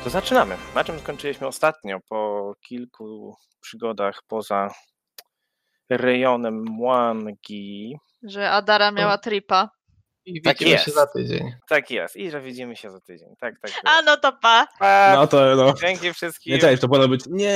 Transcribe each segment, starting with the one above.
To zaczynamy. Na czym skończyliśmy ostatnio po kilku przygodach poza rejonem Mwangi? Że Adara miała tripa. I Tak widzimy się jest. za tydzień. Tak jest. I że widzimy się za tydzień. Tak. A no to pa! No to no. Dzięki wszystkim. Nie cześć, to powinno być nie.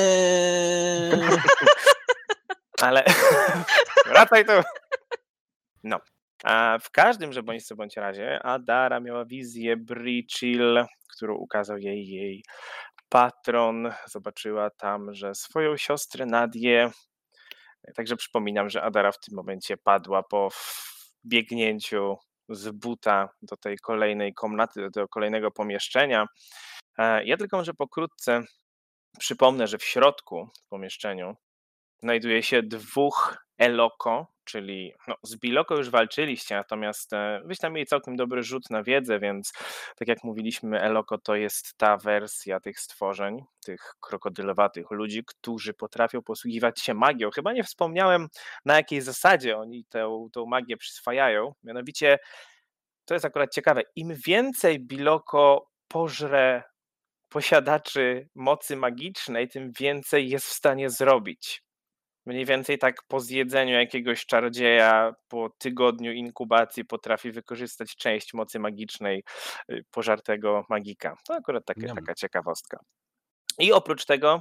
Ale wracaj tu. No. A w każdym, że bądź razie, Adara miała wizję Brichill, którą ukazał jej patron. Zobaczyła tam, że swoją siostrę Nadię. Także przypominam, że Adara w tym momencie padła po biegnięciu z buta do tej kolejnej komnaty, do kolejnego pomieszczenia. Ja tylko może pokrótce przypomnę, że w środku w pomieszczeniu znajduje się 2 Eloko, czyli z Biloko już walczyliście, natomiast wyście tam mieli całkiem dobry rzut na wiedzę, więc tak jak mówiliśmy, Eloko to jest ta wersja tych stworzeń, tych krokodylowatych ludzi, którzy potrafią posługiwać się magią. Chyba nie wspomniałem, na jakiej zasadzie oni tą magię przyswajają. Mianowicie, to jest akurat ciekawe, im więcej Biloko pożre posiadaczy mocy magicznej, tym więcej jest w stanie zrobić. Mniej więcej tak po zjedzeniu jakiegoś czarodzieja, po tygodniu inkubacji potrafi wykorzystać część mocy magicznej pożartego magika. To akurat taka ciekawostka. I oprócz tego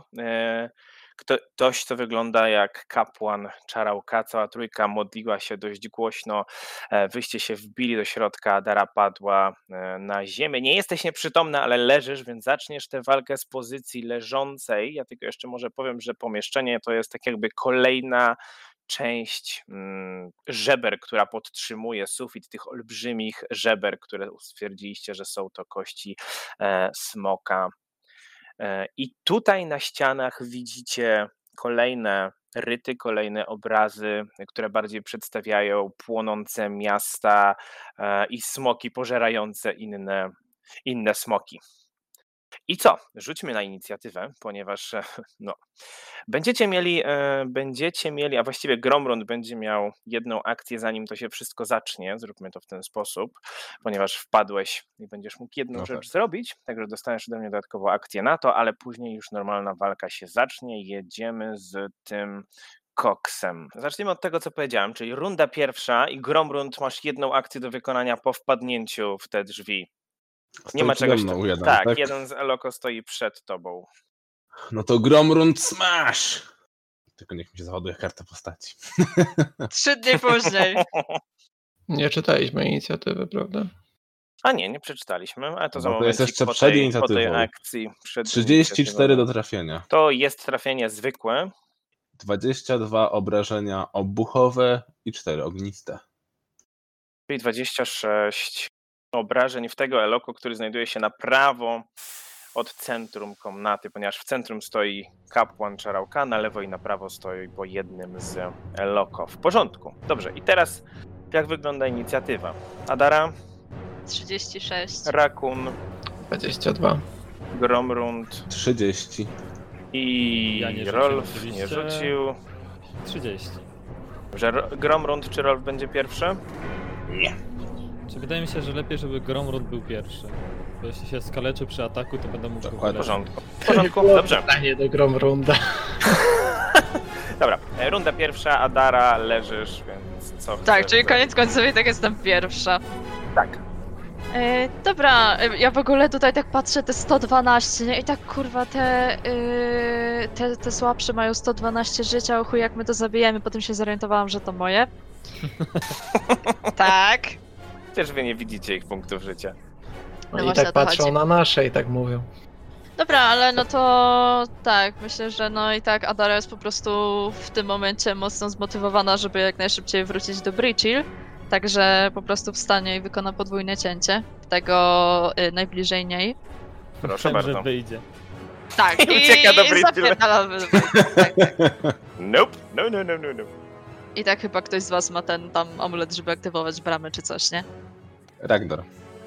ktoś, co wygląda jak kapłan Czarałka, cała trójka modliła się dość głośno, wyście się wbili do środka, Adara padła na ziemię. Nie jesteś nieprzytomna, ale leżysz, więc zaczniesz tę walkę z pozycji leżącej. Ja tylko jeszcze może powiem, że pomieszczenie to jest tak jakby kolejna część żeber, która podtrzymuje sufit tych olbrzymich żeber, które stwierdziliście, że są to kości smoka. I tutaj na ścianach widzicie kolejne ryty, kolejne obrazy, które bardziej przedstawiają płonące miasta i smoki pożerające inne smoki. I co? Rzućmy na inicjatywę, ponieważ będziecie mieli, a właściwie Gromrund będzie miał jedną akcję, zanim to się wszystko zacznie. Zróbmy to w ten sposób, ponieważ wpadłeś i będziesz mógł jedną rzecz zrobić, także dostaniesz ode mnie dodatkową akcję na to, ale później już normalna walka się zacznie. Jedziemy z tym koksem. Zacznijmy od tego, co powiedziałem, czyli runda pierwsza i Gromrund masz jedną akcję do wykonania po wpadnięciu w te drzwi. Nie ma czegoś. Tak, jeden z Eloko stoi przed tobą. No to Gromrund smash! Tylko niech mi się załaduje karta postaci. 3 dni później. Nie czytaliśmy inicjatywy, prawda? A nie przeczytaliśmy, ale to za to jest jeszcze po tej akcji. 34 do trafienia. To jest trafienie zwykłe. 22 obrażenia obuchowe i 4 ogniste. Czyli 26 obrażeń w tego Eloko, który znajduje się na prawo od centrum komnaty, ponieważ w centrum stoi kapłan Czarałka, na lewo i na prawo stoi po jednym z Eloko. W porządku. Dobrze, i teraz jak wygląda inicjatywa? Adara? 36. Rakun? 22. Gromrund? 30. I Ja nie rzuciłem, Rolf oczywiście. nie rzucił. 30. Że Gromrund czy Rolf będzie pierwszy? Nie. Czy wydaje mi się, że lepiej, żeby Gromrund był pierwszy. Bo jeśli się skaleczy przy ataku, to będę mógł go W wyleczyć. porządku. W porządku, dobrze. Pytanie do Gromrunda. Dobra, runda pierwsza, Adara, leżysz, więc co Tak, chcesz czyli zrobić? koniec końców i tak jestem pierwsza. Tak. Dobra, ja w ogóle tutaj tak patrzę, te 112, nie? I tak kurwa te słabsze mają 112 życia, chuj jak my to zabijemy, potem się zorientowałam, że to moje. Tak. Też wy nie widzicie ich punktów życia. No I właśnie o tak to patrzą chodzi. na nasze i tak mówią. Dobra, ale no to tak, myślę, że no i tak Adara jest po prostu w tym momencie mocno zmotywowana, żeby jak najszybciej wrócić do Brichill. Także po prostu wstanie i wykona podwójne cięcie tego najbliżej niej. Proszę Wiem, bardzo. że wyjdzie. Tak, I ucieka do Brichill. zapierdala do Brichill. Tak. Nope, no. I tak chyba ktoś z was ma ten tam amulet, żeby aktywować bramy czy coś, nie? Ragnar.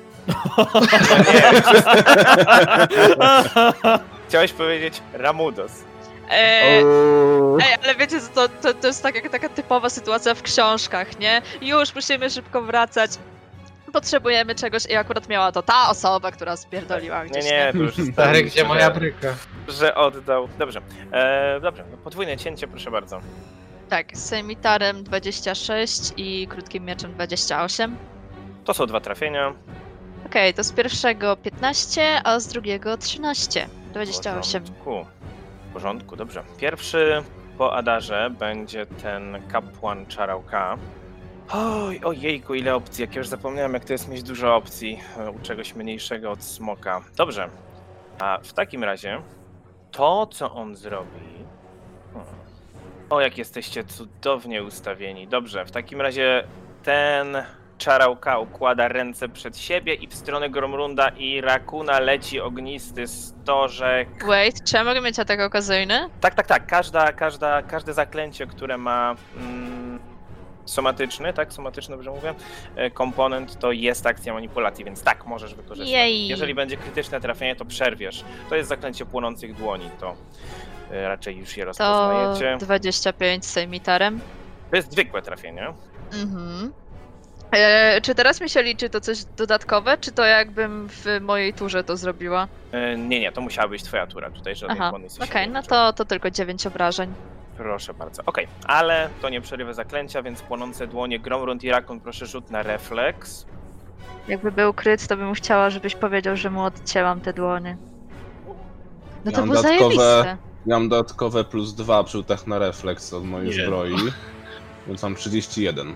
Chciałeś powiedzieć Ramudos. Ej, ale wiecie, to jest taka typowa sytuacja w książkach, nie? Już musimy szybko wracać. potrzebujemy czegoś i akurat miała to ta osoba, która spierdoliła gdzieś. Nie, to już Stary, gdzie moja bryka? że oddał. Dobrze. Dobrze, no podwójne cięcie, proszę bardzo. Tak, z sejmitarem 26 i krótkim mieczem 28. To są 2 trafienia. Okej, to z pierwszego 15, a z drugiego 13. 28. W porządku, dobrze. Pierwszy po Adarze będzie ten kapłan Czarałka. Ojejku, ile opcji, jak już zapomniałem, jak to jest mieć dużo opcji u czegoś mniejszego od smoka. Dobrze, a w takim razie to, co on zrobi... O, jak jesteście cudownie ustawieni. Dobrze, w takim razie ten Czarałka układa ręce przed siebie i w stronę Gromrunda i Rakuna leci ognisty stożek. Wait, czy ja mogę mieć atak okazyjny? Tak. Każde zaklęcie, które ma somatyczny, tak? Somatyczny, dobrze mówię? Komponent to jest akcja manipulacji, więc tak, możesz wykorzystać. Jej. Jeżeli będzie krytyczne trafienie, to przerwiesz. To jest zaklęcie płonących dłoni, to raczej już je To rozpoznajecie. 25 z sejmitarem. To jest zwykłe trafienie. Mhm. Czy teraz mi się liczy to coś dodatkowe, czy to jakbym w mojej turze to zrobiła? Nie, to musiała być twoja tura, tutaj żadnej Aha, bonusy się okej, nie no liczy. to tylko 9 obrażeń. Proszę bardzo. Okej, ale to nie przerywa zaklęcia, więc płonące dłonie Gromrund i Rakun, proszę rzut na refleks. Jakby był kryt, to bym chciała, żebyś powiedział, że mu odcięłam te dłonie. No Ja to mam było dodatkowe- zajebiste. Mam dodatkowe +2 przy rzutach na refleks od mojej Nie. zbroi, więc mam 31.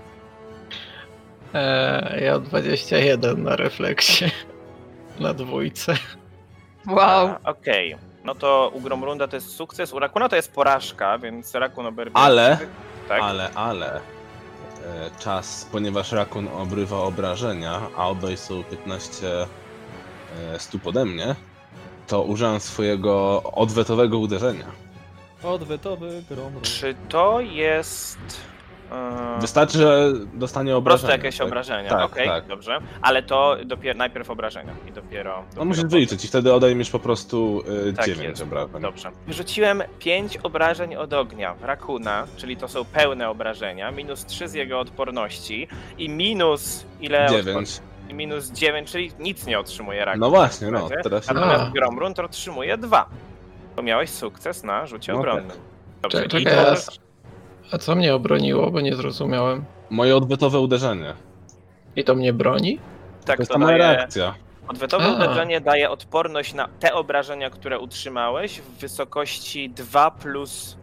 Ja 21 na refleksie. Na dwójce. Wow. Okej, no to u Gromrunda to jest sukces, u Rakuna to jest porażka, więc Rakun oberwie... Ale- Tak? Ale czas, ponieważ Rakun obrywa obrażenia, a obaj są 15 stóp ode mnie, to użyłem swojego odwetowego uderzenia. Odwetowy Gromrund. Czy to jest... Wystarczy, że dostanie obrażenia. proste jakieś tak? obrażenia, Tak, okej, tak. dobrze. Ale to najpierw obrażenia i dopiero No musisz potem. wyliczyć i wtedy odejmiesz po prostu Tak 9 jest. obrażeń. Dobrze. Wyrzuciłem 5 obrażeń od ognia Rakuna, czyli to są pełne obrażenia, minus 3 z jego odporności i minus ile? 9. I minus 9, czyli nic nie otrzymuje Rakun. No właśnie, no, razie. teraz się... Natomiast A. Gromrund otrzymuje 2. To miałeś sukces na rzucie No obronnym. Dobrze, Czekaj, i czekaj, to... a co mnie obroniło, bo nie zrozumiałem. Moje odwetowe uderzenie. I to mnie broni? Tak, to jest to ta moja daje... reakcja. Odwetowe A. uderzenie daje odporność na te obrażenia, które utrzymałeś w wysokości 2 plus...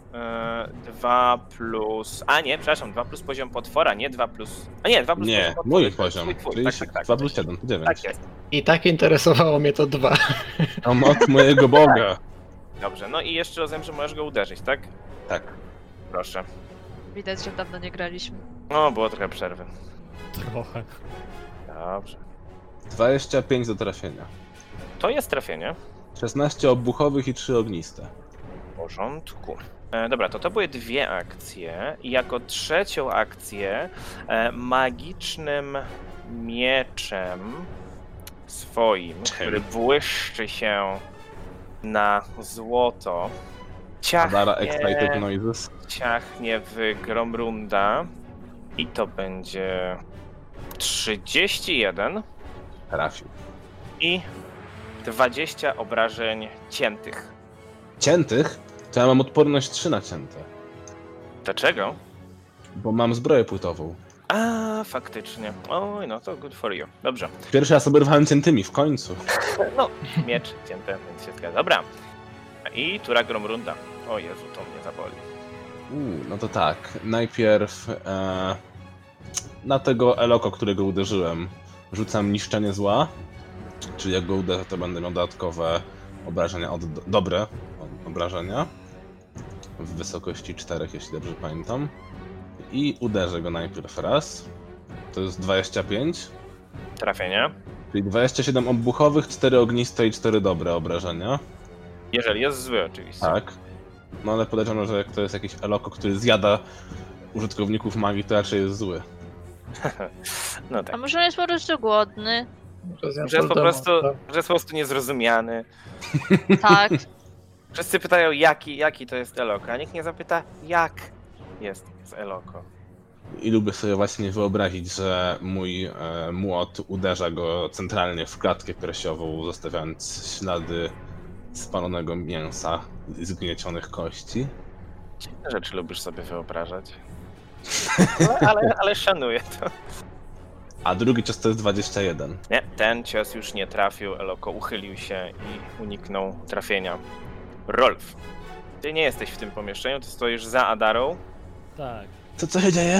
2 plus... A nie, przepraszam, 2 plus poziom potwora, nie 2 plus... A nie, 2 plus Nie, poziom potwora. mój to jest poziom. twój, Czyli tak. 2 plus 7 to 9. Tak jest. I tak interesowało mnie to 2. A moc mojego Boga. Dobrze, no i jeszcze rozumiem, że możesz go uderzyć, tak? Tak. Proszę. Widać, że dawno nie graliśmy. No, było trochę przerwy. Trochę. Dobrze. 25 do trafienia. To jest trafienie. 16 obuchowych i 3 ogniste. W porządku. Dobra, to były 2 akcje i jako trzecią akcję magicznym mieczem swoim, który błyszczy się na złoto, Adara Excited Noises. ciachnie w Gromrunda i to będzie 31 Trafił. i 20 obrażeń ciętych. Ciętych? To ja mam odporność 3 na cięte. Dlaczego? Bo mam zbroję płytową. A, faktycznie. Oj, no to good for you. Dobrze. Pierwszy raz oberwałem ciętymi, w końcu. No, miecz cięte, więc się zgadza. Dobra. I tura Gromrunda. O Jezu, to mnie zaboli. No to tak. Najpierw na tego Eloko, którego uderzyłem, rzucam niszczenie zła. Czyli jak go uderzę, to będę miał dodatkowe obrażenia, dobre obrażenia. W wysokości 4, jeśli dobrze pamiętam. I uderzę go najpierw raz. To jest 25. Trafienie. Czyli 27 obuchowych, 4 ogniste i 4 dobre obrażenia. Jeżeli jest zły, oczywiście. Tak. No ale podejrzewam, że jak to jest jakiś Eloko, który zjada użytkowników magii, to raczej jest zły. No A tak. może on jest po prostu głodny? Że jest po prostu niezrozumiany. Tak. Wszyscy pytają, jaki to jest Eloko, a nikt nie zapyta, jak jest z Eloko. I lubię sobie właśnie wyobrazić, że mój młot uderza go centralnie w klatkę piersiową, zostawiając ślady spalonego mięsa i zgniecionych kości. Dziwne rzeczy lubisz sobie wyobrażać. Ale szanuję to. A drugi cios to jest 21. Nie, ten cios już nie trafił, Eloko uchylił się i uniknął trafienia. Rolf, ty nie jesteś w tym pomieszczeniu, ty stoisz za Adarą. Tak. Co się dzieje?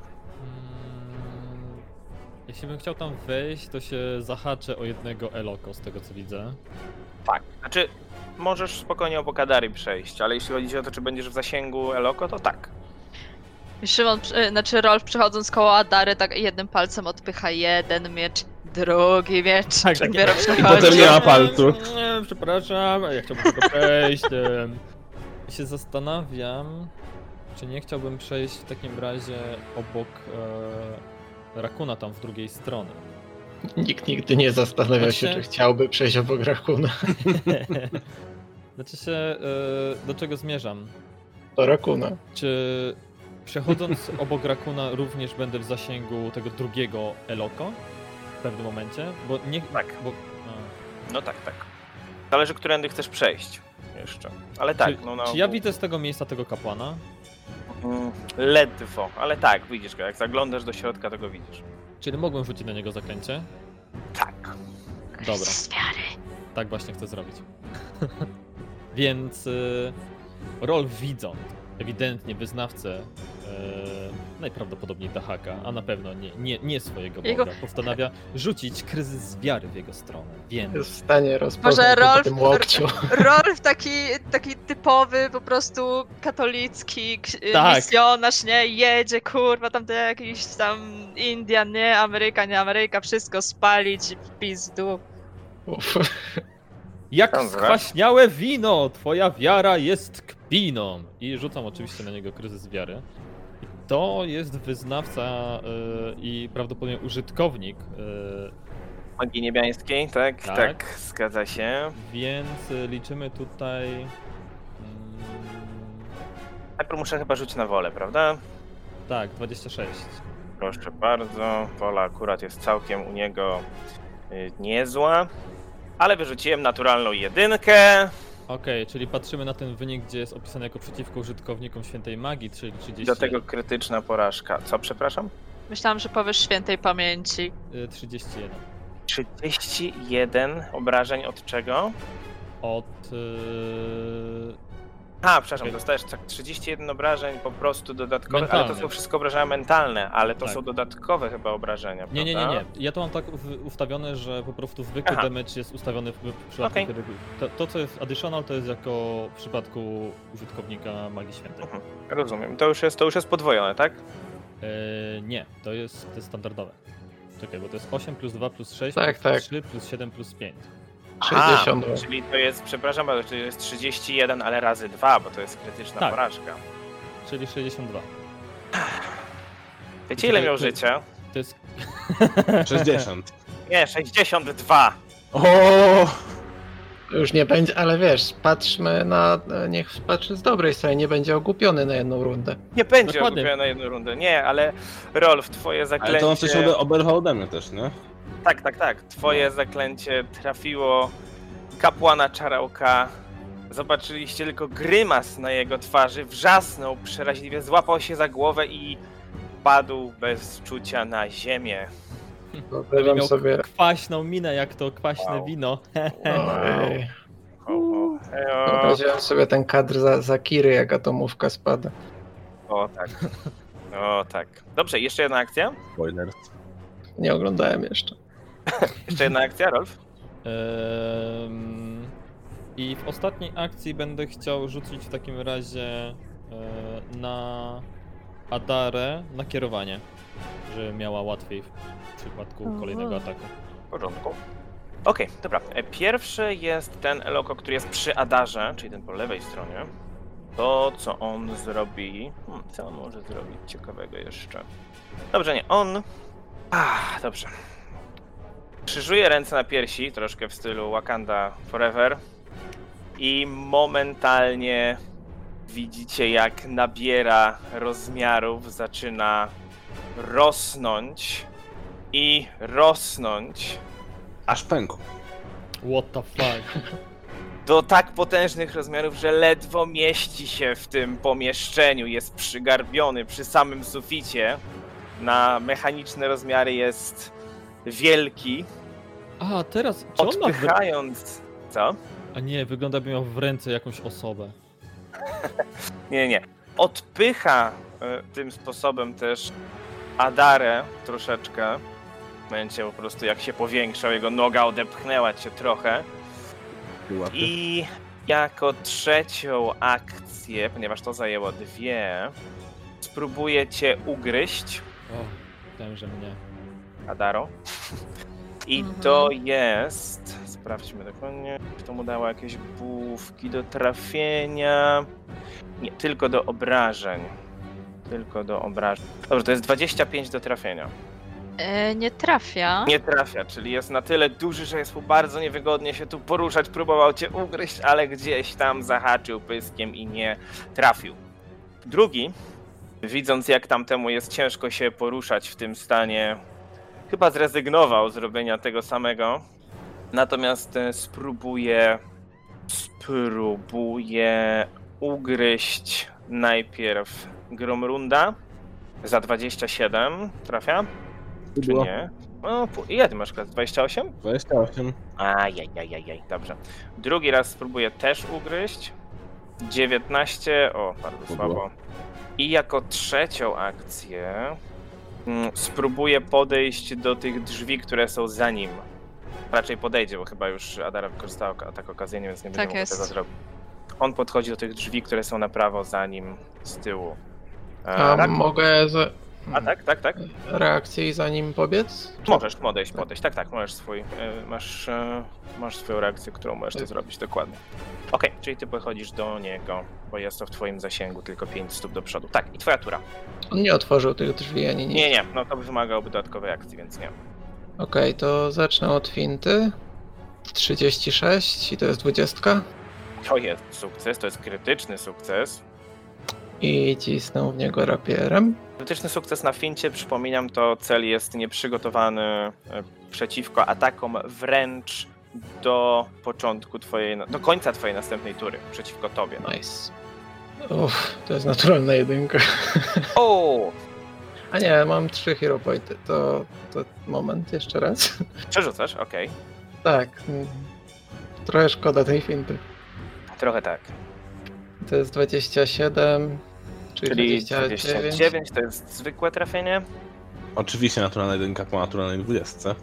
Jeśli bym chciał tam wejść, to się zahaczę o jednego Eloko, z tego co widzę. Tak. Znaczy, możesz spokojnie obok Adary przejść, ale jeśli chodzi o to, czy będziesz w zasięgu Eloko, to tak. Szymon, Rolf przechodząc koło Adary, tak jednym palcem odpycha jeden miecz, drugi miecz. Tak, dopiero I przechodzi. potem nie ma palcu. Nie, przepraszam, ja chciałbym tylko przejść. Ja się zastanawiam, czy nie chciałbym przejść w takim razie obok Rakuna tam w drugiej strony. Nikt nigdy nie zastanawiał się, Znaczy- czy chciałby przejść obok Rakuna. Znaczy się, do czego zmierzam? Do Rakuna. Czy przechodząc obok Rakuna również będę w zasięgu tego drugiego Eloko w pewnym momencie? Bo nie... Tak. Bo, No tak. Zależy, którędy chcesz przejść jeszcze. Ale tak, czy, no na czy ja ogół. widzę z tego miejsca tego kapłana? Ledwo, ale tak, widzisz go. Jak zaglądasz do środka, to go widzisz. Czyli mogłem rzucić na niego zaklęcie? Tak. Dobra. Tak właśnie chcę zrobić. Więc Rolf widząc ewidentnie wyznawcę najprawdopodobniej Dahaka, a na pewno nie swojego Jego- Boga, postanawia rzucić kryzys wiary w jego stronę. Więc Jest w stanie rozpoznać Może go po Rolf- tym łokciu. Rolf taki typowy, po prostu katolicki Tak. misjonarz, nie? Jedzie, kurwa, tam do jakiś tam Indian, nie Ameryka, wszystko spalić i w pizdu. Uf. jak Dobra. skwaśniałe wino, twoja wiara jest kpiną. I rzucam oczywiście na niego kryzys wiary. I to jest wyznawca i prawdopodobnie użytkownik, Magii niebiańskiej, tak? Tak. Tak, zgadza się. więc liczymy tutaj... Najpierw muszę chyba rzucić na wolę, prawda? tak, 26. Proszę bardzo. Wola akurat jest całkiem u niego niezła. Ale wyrzuciłem naturalną jedynkę. Okej, czyli patrzymy na ten wynik, gdzie jest opisany jako przeciwko użytkownikom świętej magii, czyli 30. Do tego krytyczna porażka. Co, przepraszam? Myślałam, że powiesz świętej pamięci. 31. 31 obrażeń od czego? Od... Przepraszam, Okej. dostajesz tak 31 obrażeń po prostu dodatkowe, ale Mentalnych. to są wszystko obrażenia mentalne, ale to Tak. są dodatkowe chyba obrażenia, Nie. prawda? Ja to mam tak ustawione, że po prostu zwykły Aha. damage jest ustawiony w przypadku, Okej. kiedy... To, co jest additional, to jest jako w przypadku użytkownika magii świętej. Rozumiem. To już jest podwojone, tak? Nie, to jest standardowe. Czekaj, bo to jest 8 plus 2 plus 6 Tak, plus tak. 3 plus 7 plus 5. 62. Czyli to jest, przepraszam bardzo, czyli to jest 31, ale razy 2, bo to jest krytyczna Tak. porażka. Czyli 62. Wiecie ile miał To- życia? To jest... 60. Nie, 62! O! Już nie będzie, ale wiesz, patrzmy na... Niech patrzy z dobrej strony, nie będzie ogłupiony na jedną rundę. Nie będzie Dokładnie. okupione na jedną rundę. Nie, ale Rolf, twoje zaklęcie... Ale to on coś oberwał ode mnie też, nie? Tak. Twoje zaklęcie trafiło kapłana Czarałka. Zobaczyliście tylko grymas na jego twarzy. Wrzasnął przeraźliwie, złapał się za głowę i padł bez czucia na ziemię. Wyobrażam miał sobie... kwaśną minę, jak to kwaśne Wow. wino. Ojej. Hejo. Wyobraziłem sobie ten kadr za Kiry, jak atomówka spada. O tak. O tak. Dobrze, jeszcze jedna akcja. Spoilers. Nie oglądałem jeszcze. Jeszcze jedna akcja, Rolf. I w ostatniej akcji będę chciał rzucić w takim razie na Adarę na kierowanie, żeby miała łatwiej w przypadku kolejnego ataku. W porządku. Okej, dobra. Pierwszy jest ten Eloko, który jest przy Adarze, czyli ten po lewej stronie. To, co on zrobi... co on może zrobić ciekawego jeszcze? Dobrze, nie. On... dobrze. Krzyżuje ręce na piersi, troszkę w stylu Wakanda Forever. I momentalnie widzicie, jak nabiera rozmiarów, zaczyna rosnąć i rosnąć Aż pękł. What the fuck? do tak potężnych rozmiarów, że ledwo mieści się w tym pomieszczeniu. Jest przygarbiony przy samym suficie. Na mechaniczne rozmiary jest wielki. A, teraz, czy on ma Odpychając... Co? A nie, wygląda jakby miał w ręce jakąś osobę. Nie. Odpycha tym sposobem też Adarę troszeczkę. W momencie po prostu jak się powiększał, jego noga odepchnęła cię trochę. I jako trzecią akcję, ponieważ to zajęło 2, spróbuję cię ugryźć, O, myślałem, że mnie. Adaro. I to jest... Sprawdźmy dokładnie, czy to mu dało jakieś bułki do trafienia. Nie, tylko do obrażeń. Tylko do obrażeń. Dobrze, to jest 25 do trafienia. Nie trafia. Nie trafia, czyli jest na tyle duży, że jest mu bardzo niewygodnie się tu poruszać. Próbował cię ugryźć, ale gdzieś tam zahaczył pyskiem i nie trafił. Drugi, widząc jak tamtemu jest ciężko się poruszać w tym stanie, chyba zrezygnował z robienia tego samego. Natomiast spróbuję ugryźć najpierw Gromrunda za 27. Trafia? Czy nie? No, ile ty masz klas? 28? 28. Ajajajajaj, dobrze. Drugi raz spróbuję też ugryźć. 19, o, bardzo słabo. I jako trzecią akcję spróbuję podejść do tych drzwi, które są za nim. Raczej podejdzie, bo chyba już Adara wykorzystała atak okazyjny, więc nie będzie mógł tego zrobić. On podchodzi do tych drzwi, które są na prawo za nim, z tyłu. A mogę... A tak. Reakcję i zanim pobiec? Możesz podejść. Tak, masz swoją reakcję, którą możesz to zrobić, dokładnie. Okej, czyli ty podchodzisz do niego, bo jest to w twoim zasięgu, tylko 5 stóp do przodu. Tak, i twoja tura. On nie otworzył tych drzwi ani nic. Nie, no to by wymagałoby dodatkowej akcji, więc nie. Okej, to zacznę od finty. 36 i to jest 20. To jest sukces, to jest krytyczny sukces. I cisnę w niego rapierem. Krytyczny sukces na fincie, przypominam, to cel jest nieprzygotowany przeciwko atakom wręcz do końca twojej następnej tury, przeciwko tobie. Nice. Uff, to jest naturalna jedynka. O! A nie, mam 3 hero pointy. To moment, jeszcze raz. Przerzucasz? Okej. Tak. Trochę szkoda tej finty. Trochę tak. To jest 27, Czyli 29. 29 to jest zwykłe trafienie. Oczywiście naturalna jedynka po naturalnej 20.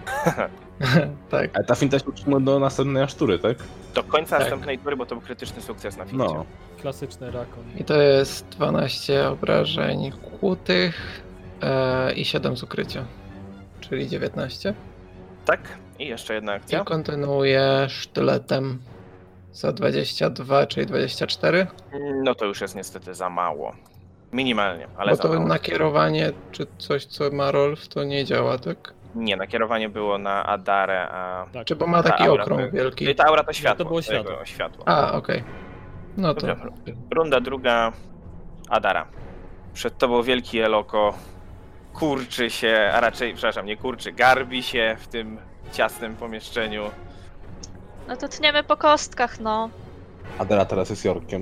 Tak. Ale ta finta się utrzymuje do następnej aż tury, tak? Do końca Tak. następnej tury, bo to był krytyczny sukces na fincie. No. Klasyczny rakon. I to jest 12 obrażeń kłutych i 7 z ukrycia. Czyli 19. Tak, i jeszcze jedna akcja. I kontynuuję sztyletem za 22, czyli 24. No to już jest niestety za mało. Minimalnie, ale Bo za to mało. nakierowanie, czy coś, co ma Rolf, to nie działa, tak? Nie, nakierowanie było na Adarę, a... Tak. Czy bo ma taki aura okrąg to- wielki? Czyli ta aura to światło. było to jego światło. światło. A, okej. No to... Dobrze. Runda druga. Adara. Przed tobą wielki Eloko kurczy się, a raczej, przepraszam, nie kurczy, garbi się w tym ciasnym pomieszczeniu. No to tniemy po kostkach, no. Adela teraz jest Jorkiem.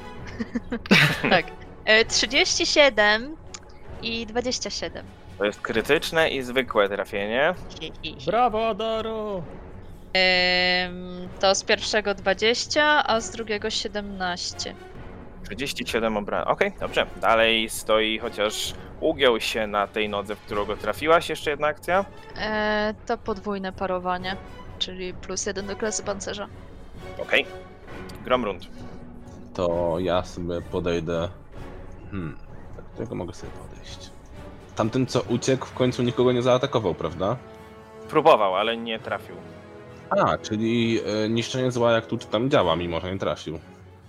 Tak. 37 i 27. To jest krytyczne i zwykłe trafienie. Brawo, Adaro! To z pierwszego 20, a z drugiego 17. 37 obrażeń. Okej, dobrze. Dalej stoi, chociaż ugiął się na tej nodze, w którą go trafiłaś. Jeszcze jedna akcja. To podwójne parowanie, czyli +1 do klasy pancerza. Okej. Gromrund. To ja sobie podejdę... Do którego mogę sobie podejść? Tamten, co uciekł, w końcu nikogo nie zaatakował, prawda? Próbował, ale nie trafił. A, czyli niszczenie zła jak tu czy tam działa, mimo że nie trafił.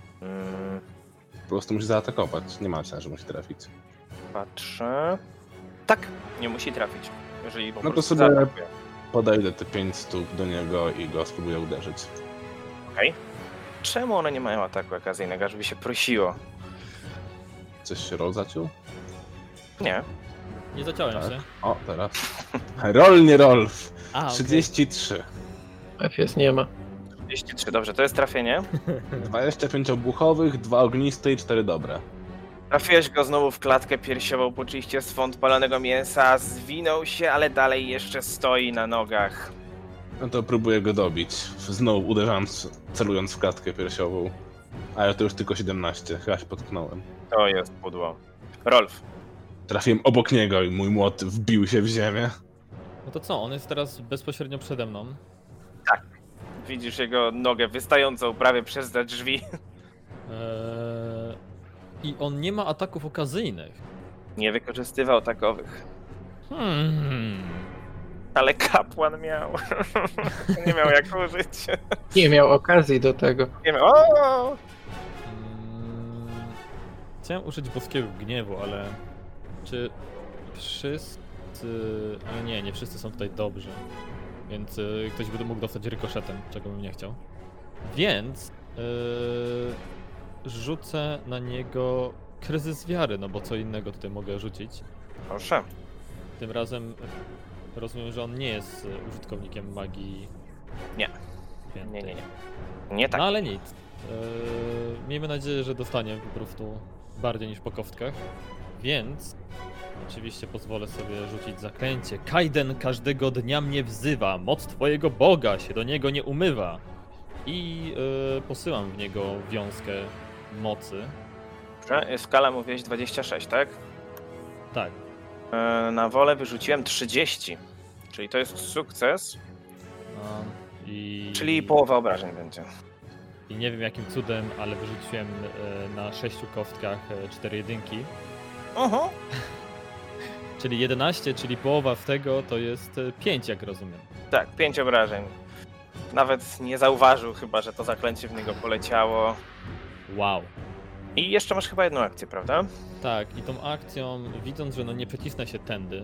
Po prostu musi zaatakować. Nie ma sensu, że musi trafić. Patrzę. Tak, nie musi trafić. Jeżeli po No to prostu sobie- zaatakuje. Podejdę te 5 stóp do niego i go spróbuję uderzyć. Okej. Czemu one nie mają ataku okazyjnego, żeby się prosiło? Coś się roll zaciął? Nie. Nie zaciąłem Tak. się. O, teraz. Roll, nie Rolf. A, 33. FS nie ma. 33, dobrze, to jest trafienie. 25 obuchowych, 2 ogniste i 4 dobre. Trafiłeś go znowu w klatkę piersiową, poczuliście swąd palonego mięsa, zwinął się, ale dalej jeszcze stoi na nogach. No to próbuję go dobić. Znowu uderzając, celując w klatkę piersiową. Ale to już tylko 17, chyba się potknąłem. To jest pudło. Rolf, Trafiłem obok niego i mój młot wbił się w ziemię. No to co, on jest teraz bezpośrednio przede mną. widzisz jego nogę wystającą prawie przez te drzwi. I on nie ma ataków okazyjnych. Nie wykorzystywał takowych. Hmm. Ale kapłan miał. Nie miał jak użyć. Nie miał okazji do tego. Nie miał. O! Chciałem użyć boskiego gniewu, ale czy wszyscy... Ale nie wszyscy są tutaj dobrzy. Więc ktoś by mógł dostać rykoszetem, czego bym nie chciał. Więc rzucę na niego kryzys wiary, no bo co innego tutaj mogę rzucić. Proszę. Tym razem rozumiem, że on nie jest użytkownikiem magii. Nie. Świętej. Nie. Nie tak. No ale nic. Miejmy nadzieję, że dostanie po prostu bardziej niż po kostkach. Więc oczywiście pozwolę sobie rzucić zaklęcie. Kaiden każdego dnia mnie wzywa, moc twojego Boga się do niego nie umywa. I posyłam w niego wiązkę mocy. Dobrze. Skala mówiłeś 26, tak? Tak. Na wolę wyrzuciłem 30. Czyli to jest sukces. Czyli połowa obrażeń będzie. I nie wiem jakim cudem, ale wyrzuciłem na 6 kostkach 4 jedynki. Oho. Czyli 11, czyli połowa z tego to jest 5, jak rozumiem. Tak, 5 obrażeń. Nawet nie zauważył chyba, że to zaklęcie w niego poleciało. Wow. I jeszcze masz chyba jedną akcję, prawda? Tak, i tą akcją, widząc, że no nie przycisnę się tędy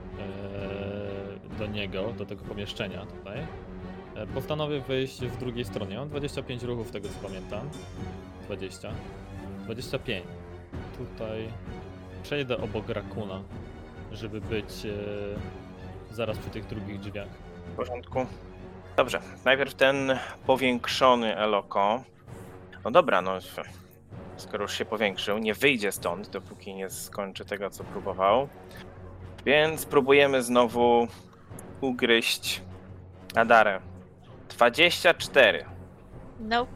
do niego, do tego pomieszczenia tutaj, postanowię wejść w drugiej stronie. Mam 25 ruchów, tego co pamiętam. 20. 25. Tutaj przejdę obok Rakuna, żeby być zaraz przy tych drugich drzwiach. W porządku. Dobrze, najpierw ten powiększony Eloko. No dobra, no skoro już się powiększył, nie wyjdzie stąd, dopóki nie skończy tego, co próbował. Więc próbujemy znowu ugryźć Adarę. 24. Nope.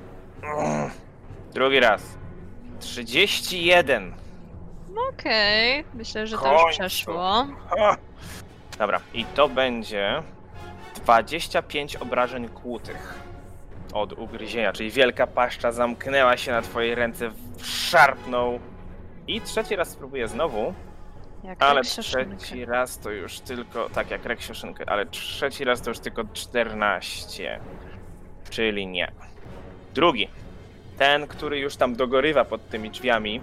Drugi raz. 31. Okej, myślę, że to Końcu. już przeszło. Ha! Dobra, i to będzie 25 obrażeń kłutych od ugryzienia, czyli wielka paszcza zamknęła się na twojej ręce, szarpnął. I trzeci raz spróbuję znowu, Jak ale Reksioszynkę. trzeci raz to już tylko, tak jak Reksioszynkę, ale trzeci raz to już tylko 14, czyli nie. Drugi, ten, który już tam dogorywa pod tymi drzwiami.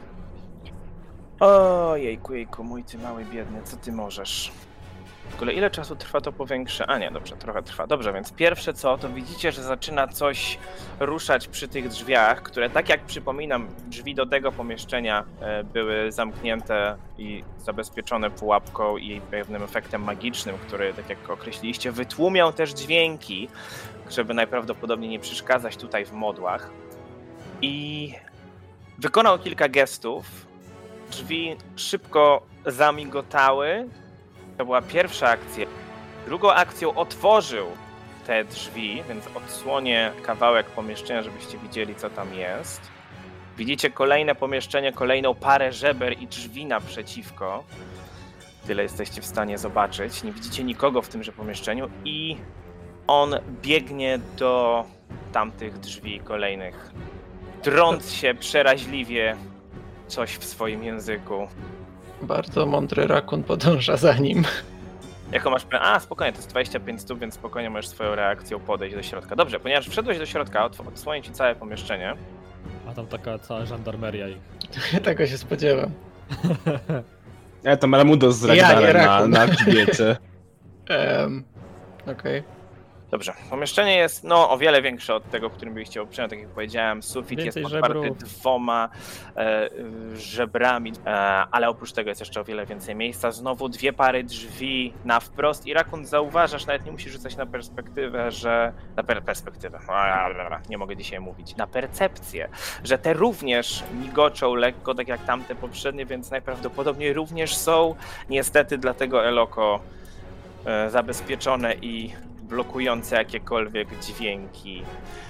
Ojejku, mój ty mały biedny, co ty możesz? W ogóle ile czasu trwa to powiększe? A nie, dobrze, trochę trwa. Dobrze, więc pierwsze co, to widzicie, że zaczyna coś ruszać przy tych drzwiach, które tak jak przypominam, drzwi do tego pomieszczenia były zamknięte i zabezpieczone pułapką i pewnym efektem magicznym, który, tak jak określiliście, wytłumiał też dźwięki, żeby najprawdopodobniej nie przeszkadzać tutaj w modłach. I wykonał kilka gestów. Drzwi szybko zamigotały. To była pierwsza akcja. Drugą akcją otworzył te drzwi, więc odsłonię kawałek pomieszczenia, żebyście widzieli, co tam jest. Widzicie kolejne pomieszczenie, kolejną parę żeber i drzwi naprzeciwko. Tyle jesteście w stanie zobaczyć. Nie widzicie nikogo w tymże pomieszczeniu i on biegnie do tamtych drzwi kolejnych. Trąc się przeraźliwie coś w swoim języku. Bardzo mądry Rakun podąża za nim. Jaką masz plan? A, spokojnie, to jest 25 stóp, więc spokojnie możesz swoją reakcją podejść do środka. Dobrze, ponieważ wszedłeś do środka, odsłonię ci całe pomieszczenie. A tam taka cała żandarmeria ich. Tego się spodziewam. Ja tam Ramudo z Ja, nie Ragdarem Rakun. na grzbiecie. Okej. Dobrze, pomieszczenie jest o wiele większe od tego, w którym byliście poprzednio, tak jak powiedziałem. Sufit Więcej jest podparty żebrów. 2 żebrami, ale oprócz tego jest jeszcze o wiele więcej miejsca. Znowu 2 pary drzwi na wprost i Rakun, zauważasz, nawet nie musisz rzucać na perspektywę, że... nie mogę dzisiaj mówić. Na percepcję, że te również migoczą lekko, tak jak tamte poprzednie, więc najprawdopodobniej również są niestety dlatego Eloko zabezpieczone i blokujące jakiekolwiek dźwięki.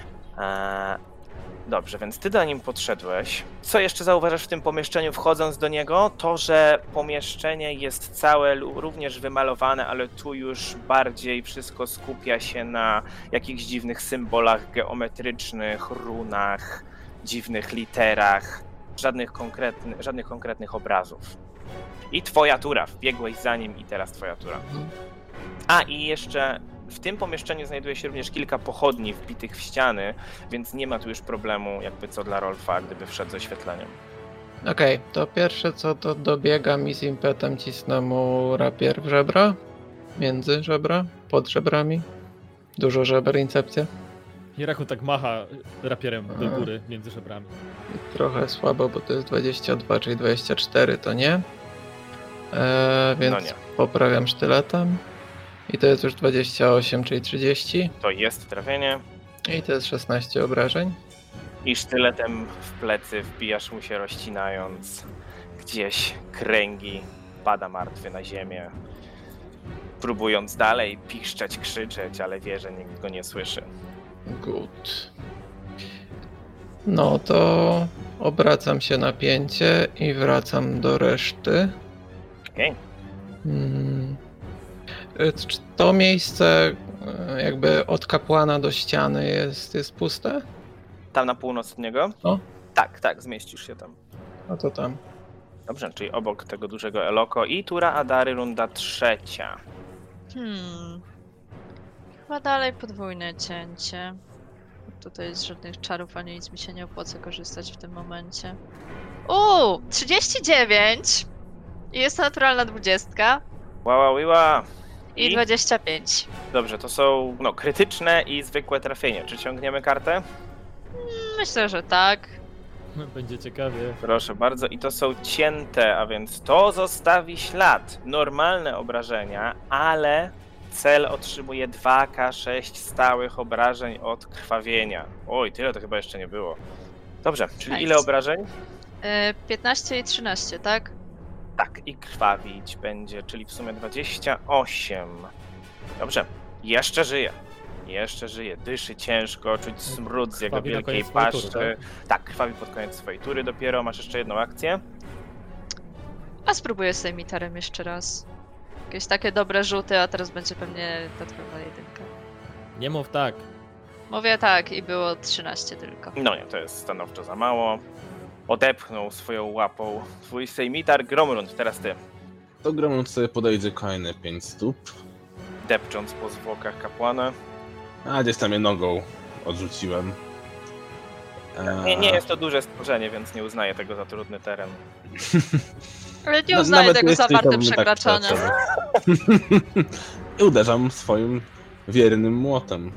Dobrze, więc ty do nim podszedłeś. Co jeszcze zauważasz w tym pomieszczeniu, wchodząc do niego? To, że pomieszczenie jest całe również wymalowane, ale tu już bardziej wszystko skupia się na jakichś dziwnych symbolach geometrycznych, runach, dziwnych literach, żadnych konkretnych obrazów. I twoja tura, wbiegłeś za nim i teraz twoja tura. A i jeszcze w tym pomieszczeniu znajduje się również kilka pochodni wbitych w ściany, więc nie ma tu już problemu jakby co dla Rolfa, gdyby wszedł z oświetleniem. Okej, to pierwsze co to dobiegam i z impetem cisnę mu rapier w żebra, między żebra, pod żebrami. Dużo żeber, incepcja. I Rakun tak macha rapierem do góry między żebrami. Trochę słabo, bo to jest 22, czyli 24 to nie. Więc No nie. poprawiam sztyletem. I to jest już 28, czyli 30. To jest trafienie I to jest 16 obrażeń. i sztyletem w plecy wbijasz mu się, rozcinając gdzieś kręgi, pada martwy na ziemię, próbując dalej piszczeć, krzyczeć, ale wie, że nikt go nie słyszy. Good. No to obracam się na pięcie i wracam do reszty. Okej. Czy to miejsce jakby od kapłana do ściany jest puste? Tam na północ od niego? O. Tak, zmieścisz się tam. No to tam. Dobrze, czyli obok tego dużego Eloko i tura Adary, runda 3. Chyba dalej podwójne cięcie. Tutaj z żadnych czarów ani nic mi się nie opłaca korzystać w tym momencie. 39! I jest to naturalna 20. Ła. I 25. Dobrze, to są krytyczne i zwykłe trafienie. Czy ciągniemy kartę? Myślę, że tak. Będzie ciekawie. Proszę bardzo. I to są cięte, a więc to zostawi ślad. Normalne obrażenia, ale cel otrzymuje 2K6 stałych obrażeń od krwawienia. Oj, tyle to chyba jeszcze nie było. Dobrze, czyli Nice. ile obrażeń? 15 i 13, tak? Tak, i krwawić będzie, czyli w sumie 28. Dobrze, jeszcze żyje. Dyszy ciężko, czuć smród z jego Krwawi na wielkiej koniec swojej paszczy. tury, Tak, krwawi pod koniec swojej tury dopiero. Masz jeszcze jedną akcję. A spróbuję z emitarem jeszcze raz. Jakieś takie dobre rzuty, a teraz będzie pewnie dodatkowa jedynka. Nie mów tak. Mówię tak i było 13 tylko. No nie, to jest stanowczo za mało. Odepchnął swoją łapą twój sejmitar. Gromrund, teraz ty. To Gromlund sobie podejdzie kolejne 5 stóp. Depcząc po zwłokach kapłana. A gdzieś tam je nogą odrzuciłem. Nie jest to duże stworzenie, więc nie uznaję tego za trudny teren. Ale nie No, uznaję nawet tego za jeśli, to warte bym tak przekraczania. przeczył. I uderzam swoim wiernym młotem.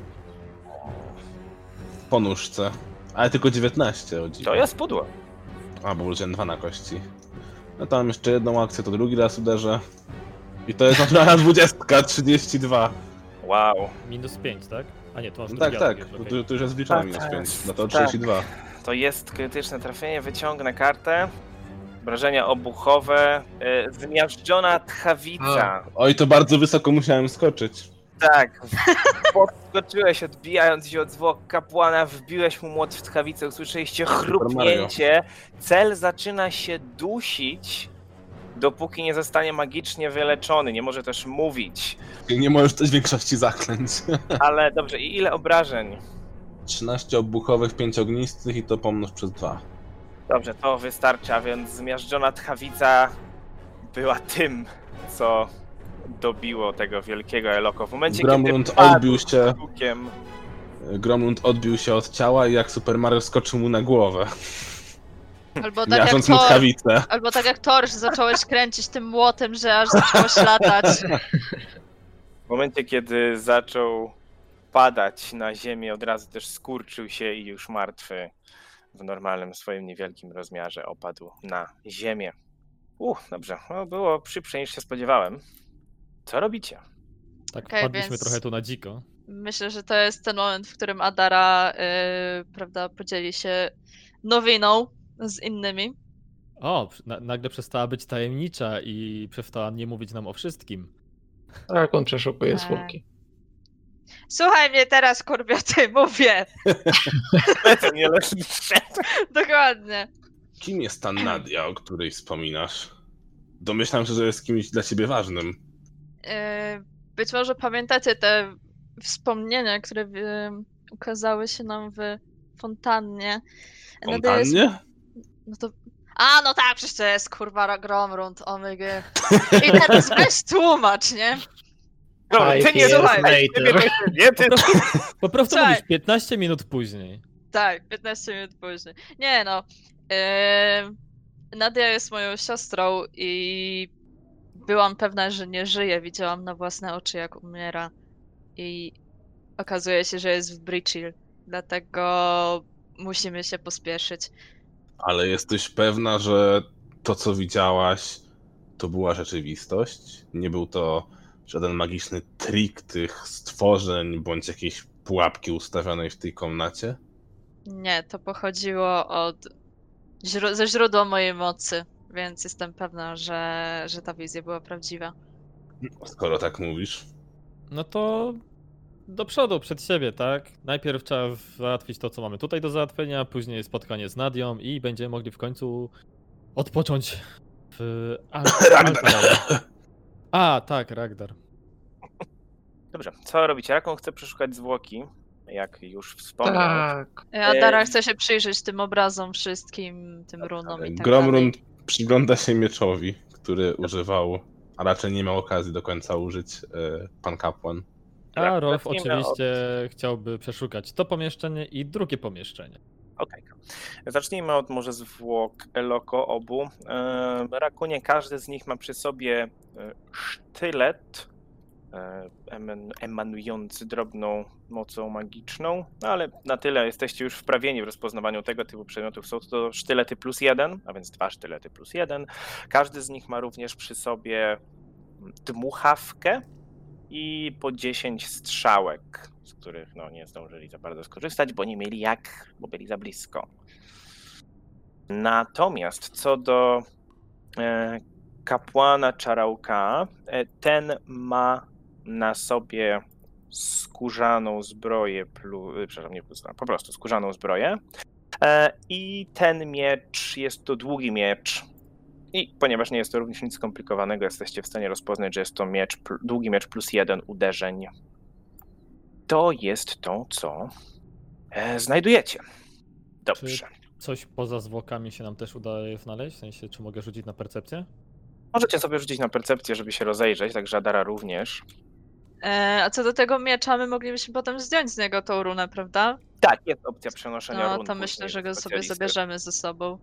Po nóżce. Ale tylko 19 o dziwo. To jest pudło. A, bo użyłem 2 na kości. No to mam jeszcze jedną akcję, to drugi raz uderzę. I to jest naturalna 20, 32. Wow. Minus 5, tak? A nie, to masz No drugi tak, atak, bo okej. tu już jest wliczone Tak, minus tak. 5. No to 32. To jest krytyczne trafienie. Wyciągnę kartę. Obrażenia obuchowe. Zmiażdżona tchawica. Oj, to bardzo wysoko musiałem skoczyć. Tak. Podskoczyłeś, odbijając się od zwłok kapłana, wbiłeś mu młot w tchawicę, usłyszeliście chrupnięcie. Cel zaczyna się dusić, dopóki nie zostanie magicznie wyleczony. Nie może też mówić. Nie możesz też większości zaklęć. Ale dobrze, i ile obrażeń? 13 obuchowych, 5 ognistych i to pomnóż przez 2. Dobrze, to wystarcza, więc zmiażdżona tchawica była tym, co dobiło tego wielkiego Eloko. W momencie, Gromlund kiedy padł odbił się. hukiem, Gromlund odbił się od ciała i jak Super Mario skoczył mu na głowę, Albo tak, miażdżąc mu tchawicę. albo tak jak Thor, że zacząłeś kręcić tym młotem, że aż zaczęło się latać. w momencie, kiedy zaczął opadać na ziemię, od razu też skurczył się i już martwy w normalnym swoim niewielkim rozmiarze opadł na ziemię. Dobrze, no, było szybciej niż się spodziewałem. Co robicie? Tak, Okej, wpadliśmy więc- trochę tu na dziko. Myślę, że to jest ten moment, w którym Adara prawda, podzieli się nowiną z innymi. O, nagle przestała być tajemnicza i przestała nie mówić nam o wszystkim. Rakun przeszukuje Tak. zwłoki. Słuchaj mnie teraz, kurwioty, mówię! To nie leży. Dokładnie. Kim jest ta Nadia, o której wspominasz? Domyślam się, że jest kimś dla ciebie ważnym. Być może pamiętacie te wspomnienia, które ukazały się nam w fontannie. Nadia jest- Fontannie? No to... no tak, przecież to jest kurwa Gromrund, omega. I teraz weź tłumacz, nie? Dobra, ty nie 5 years słuchaj, later. nie, ty. Po prostu Słuchaj. mówisz 15 minut później. Tak, 15 minut później. Nie no. Nadia jest moją siostrą i byłam pewna, że nie żyje. Widziałam na własne oczy, jak umiera. I okazuje się, że jest w Bridgehill. Dlatego musimy się pospieszyć. Ale jesteś pewna, że to, co widziałaś, to była rzeczywistość? Nie był to żaden magiczny trik tych stworzeń, bądź jakiejś pułapki ustawionej w tej komnacie? Nie, to pochodziło ze źródła mojej mocy, więc jestem pewna, że ta wizja była prawdziwa. Skoro tak mówisz. No to do przodu, przed siebie, tak? Najpierw trzeba załatwić to, co mamy tutaj do załatwienia, później spotkanie z Nadią i będziemy mogli w końcu odpocząć w Ragnar. Tak, Ragnar. Dobrze, co robicie? Rakun chce przeszukać zwłoki, jak już wspomniał. Tak. Adara chce się przyjrzeć tym obrazom wszystkim, tym runom i tak Gromrund dalej. przygląda się mieczowi, który używał, a raczej nie miał okazji do końca użyć pan kapłan. A Rolf Zacznijmy oczywiście chciałby przeszukać to pomieszczenie i drugie pomieszczenie. Okej. Zacznijmy od może zwłok Eloko obu. Rakunie, każdy z nich ma przy sobie sztylet emanujący drobną mocą magiczną, ale na tyle jesteście już wprawieni w rozpoznawaniu tego typu przedmiotów. Są to sztylety +1, a więc 2 sztylety +1. Każdy z nich ma również przy sobie dmuchawkę i po 10 strzałek, z których nie zdążyli za bardzo skorzystać, bo nie mieli jak, bo byli za blisko. Natomiast co do kapłana Czarałka, ten ma na sobie skórzaną zbroję, po prostu skórzaną zbroję. I ten miecz jest to długi miecz. I ponieważ nie jest to również nic skomplikowanego, jesteście w stanie rozpoznać, że jest to długi miecz +1 uderzeń. To jest to, co znajdujecie. Dobrze. Coś poza zwłokami się nam też udaje znaleźć? W sensie, czy mogę rzucić na percepcję? Możecie sobie rzucić na percepcję, żeby się rozejrzeć, także Adara również. A co do tego miecza, my moglibyśmy potem zdjąć z niego tą runę, prawda? Tak, jest opcja przenoszenia No run to później myślę, że do go sobie specjalisty. zabierzemy ze sobą.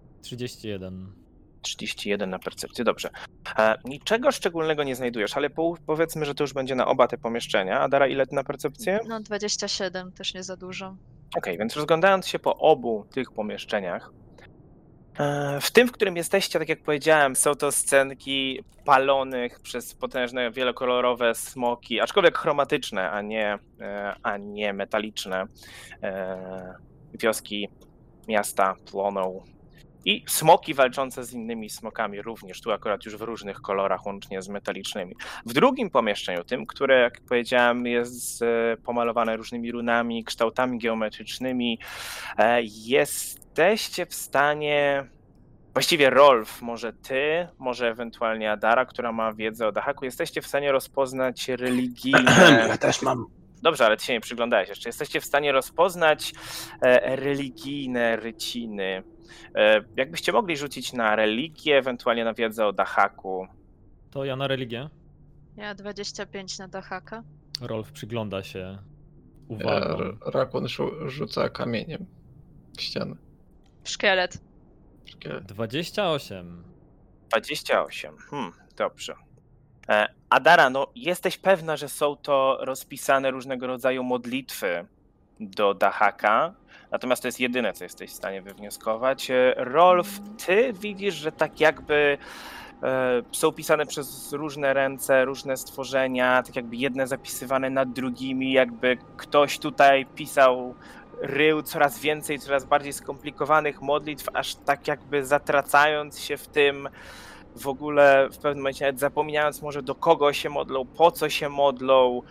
31. 31 na percepcję, dobrze. Niczego szczególnego nie znajdujesz, ale powiedzmy, że to już będzie na oba te pomieszczenia. Adara, ile ty na percepcję? No 27, też nie za dużo. Okej, więc rozglądając się po obu tych pomieszczeniach, w tym, w którym jesteście, tak jak powiedziałem, są to scenki palonych przez potężne, wielokolorowe smoki, aczkolwiek chromatyczne, a nie metaliczne. Wioski, miasta płoną. I smoki walczące z innymi smokami również, tu akurat już w różnych kolorach, łącznie z metalicznymi. W drugim pomieszczeniu, tym, które, jak powiedziałem, jest pomalowane różnymi runami, kształtami geometrycznymi, jesteście w stanie, właściwie Rolf, może ty, może ewentualnie Adara, która ma wiedzę o Dahaku, jesteście w stanie rozpoznać religijne... Ja też mam. Dobrze, ale ty się nie przyglądałeś jeszcze. Jesteście w stanie rozpoznać religijne ryciny. Jakbyście mogli rzucić na religię, ewentualnie na wiedzę o Dahaku. To ja na religię. Ja 25 na Dahaka. Rolf przygląda się uwagą. Rakun rzuca kamieniem w ścianę. Szkielet. Szkielet. 28. 28. Dobrze. Adara, no jesteś pewna, że są to rozpisane różnego rodzaju modlitwy do Dahaka, natomiast to jest jedyne, co jesteś w stanie wywnioskować. Rolf, ty widzisz, że tak jakby są pisane przez różne ręce, różne stworzenia, tak jakby jedne zapisywane nad drugimi, jakby ktoś tutaj pisał, rył coraz więcej, coraz bardziej skomplikowanych modlitw, aż tak jakby zatracając się w tym, w ogóle w pewnym momencie nawet zapominając może do kogo się modlą, po co się modlą.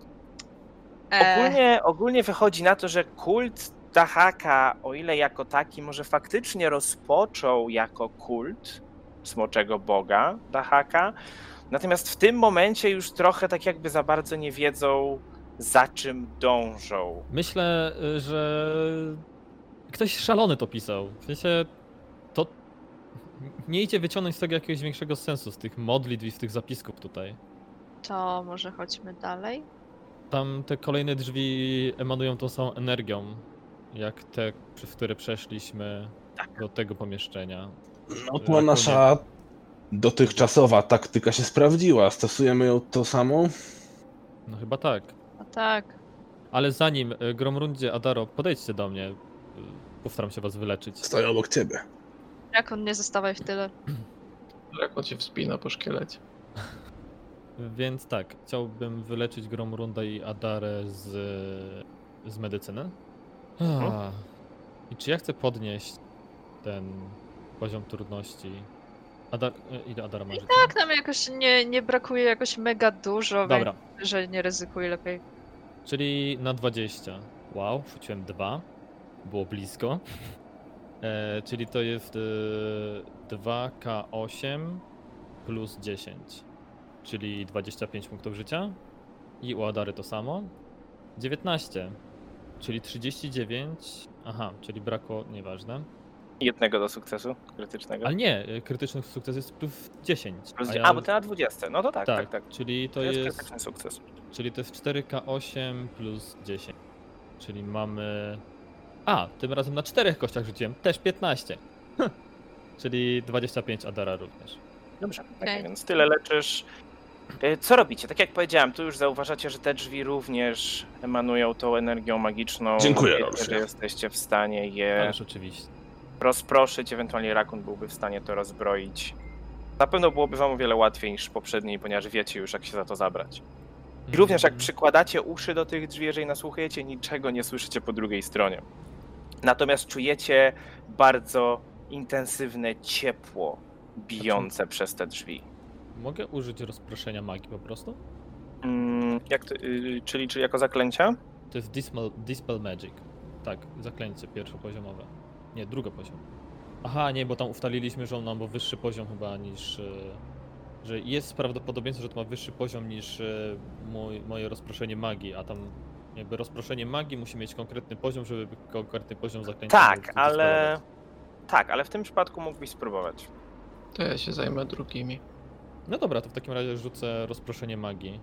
Ogólnie wychodzi na to, że kult Dahaka, o ile jako taki może faktycznie rozpoczął jako kult smoczego boga Dahaka, natomiast w tym momencie już trochę tak jakby za bardzo nie wiedzą, za czym dążą. Myślę, że ktoś szalony to pisał. W sensie to nie idzie wyciągnąć z tego jakiegoś większego sensu, z tych modlitw i z tych zapisków tutaj. To może chodźmy dalej. Tam te kolejne drzwi emanują tą samą energią, jak te, przez które przeszliśmy do tego pomieszczenia. No to nasza dotychczasowa taktyka się sprawdziła. Stosujemy ją tą samą? No chyba tak. No tak. Ale zanim, Gromrundzie, Adaro, podejdźcie do mnie. Postaram się was wyleczyć. Stoję obok ciebie. Rakun, nie zostawaj w tyle. Rakun się wspina po szkielecie. Więc tak, chciałbym wyleczyć Gromrunda i Adarę z medycyny. I czy ja chcę podnieść ten poziom trudności? Ile Adara ma życia? Tak, nam jakoś nie brakuje jakoś mega dużo, Dobra. więc że nie ryzykuj lepiej. Czyli na 20. Wow, rzuciłem 2. Było blisko. Czyli to jest 2K8 plus 10. Czyli 25 punktów życia. I u Adary to samo. 19. Czyli 39. Aha, czyli brakło, nieważne. Jednego do sukcesu krytycznego. Ale nie, krytyczny sukces jest plus 10. Bo ty na 20. No to tak. Czyli to jest jest krytyczny sukces. Czyli to jest 4K8 plus 10. Czyli mamy... tym razem na 4 kościach rzuciłem. Też 15. Czyli 25 Adara również. Dobrze, Okej. więc tyle leczysz. Co robicie? Tak jak powiedziałem, tu już zauważacie, że te drzwi również emanują tą energią magiczną. Dziękuję, Wiecie, Rolfie. że jesteście w stanie je Ależ oczywiście. rozproszyć, ewentualnie Rakun byłby w stanie to rozbroić. Na pewno byłoby wam o wiele łatwiej niż poprzedniej, ponieważ wiecie już, jak się za to zabrać. I również jak przykładacie uszy do tych drzwi, jeżeli nasłuchujecie, niczego nie słyszycie po drugiej stronie. Natomiast czujecie bardzo intensywne ciepło bijące przez te drzwi. Mogę użyć rozproszenia magii po prostu? Czyli jako zaklęcia? To jest Dispel Magic. Tak, zaklęcie pierwszopoziomowe. Nie, drugopoziom. Aha, nie, bo tam ustaliliśmy, że on ma wyższy poziom chyba niż... Że jest prawdopodobieństwo, że to ma wyższy poziom niż moje rozproszenie magii, a tam jakby rozproszenie magii musi mieć konkretny poziom, żeby konkretny poziom zaklęcia Tak, ale w tym przypadku mógłbyś spróbować. To ja się zajmę drugimi. No dobra, to w takim razie rzucę rozproszenie magii.